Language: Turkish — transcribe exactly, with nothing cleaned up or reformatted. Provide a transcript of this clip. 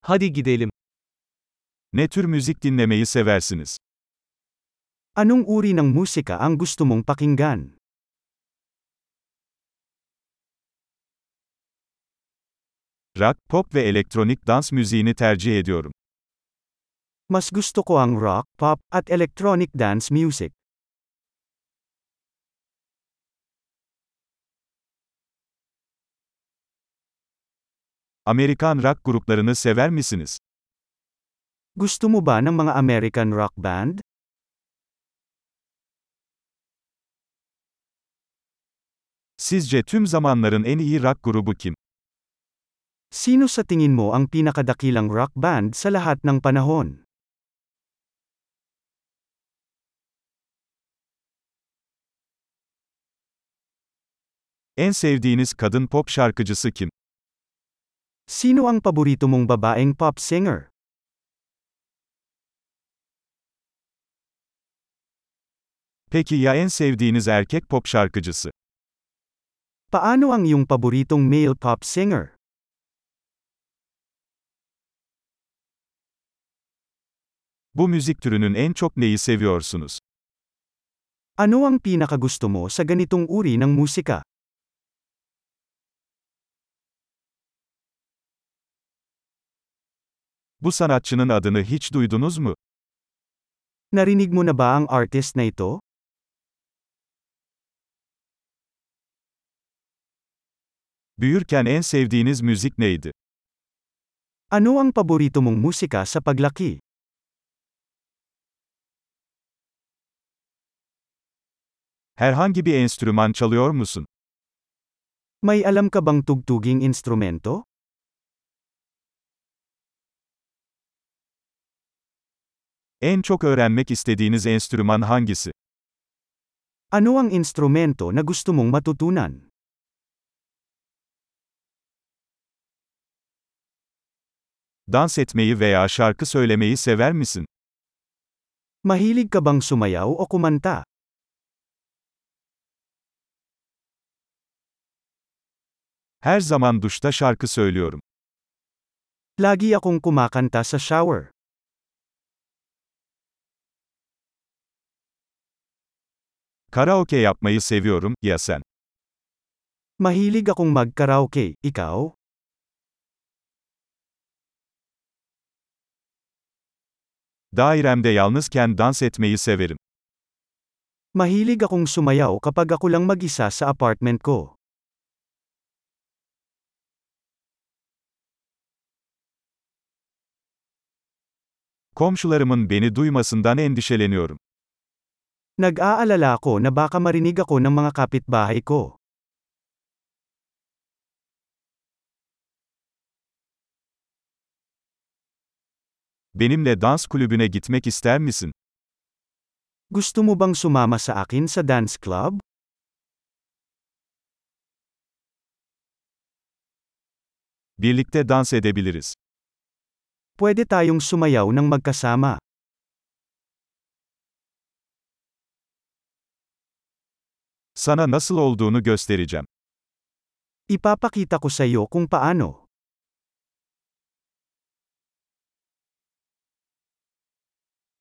Hadi gidelim. Ne tür müzik dinlemeyi seversiniz? Anong uri ng musika ang gusto mong pakinggan? Rock, pop ve elektronik dans müziğini tercih ediyorum. Mas gusto ko ang rock, pop, at electronic dance music. Amerikan rock gruplarını sever misiniz? Gusto mo ba ng mga American rock band? Sizce tüm zamanların en iyi rock grubu kim? Sino sa tingin mo ang pinakadakilang rock band sa lahat ng panahon? En sevdiğiniz kadın pop şarkıcısı kim? Sino ang paborito mong babaeng pop singer? Peki ya en sevdiğiniz erkek pop şarkıcısı? Paano ang iyong paboritong male pop singer? Bu müzik türünün en çok neyi seviyorsunuz? Ano ang pinakagusto mo sa ganitong uri ng musika? Bu sanatçının adını hiç duydunuz mu? Narinig mo na ba ang artist na ito? Büyürken en sevdiğiniz müzik neydi? Ano ang paborito mong musika sa paglaki? Herhangi bir enstrüman çalıyor musun? May alam ka bang tugtuging instrumento? En çok öğrenmek istediğiniz enstrüman hangisi? Ano ang instrumento na gusto mong matutunan? Dans etmeyi veya şarkı söylemeyi sever misin? Mahilig ka bang sumayaw o kumanta? Her zaman duşta şarkı söylüyorum. Lagi akong kumakanta sa shower. Karaoke yapmayı seviyorum, ya sen? Mahilig akong mag-karaoke, ikaw? Dairemde yalnızken dans etmeyi severim. Mahilig akong sumayaw kapag ako lang mag-isa sa apartment ko. Komşularımın beni duymasından endişeleniyorum. Nag-aalala ako na baka marinig ako ng mga kapitbahay ko. Benimle dans kulübüne gitmek ister misin? Gusto mo bang sumama sa akin sa dance club? Birlikte dans edebiliriz. Pwede tayong sumayaw ng magkasama. Sana nasıl olduğunu göstereceğim. Ipapakita ko sa iyo kung paano.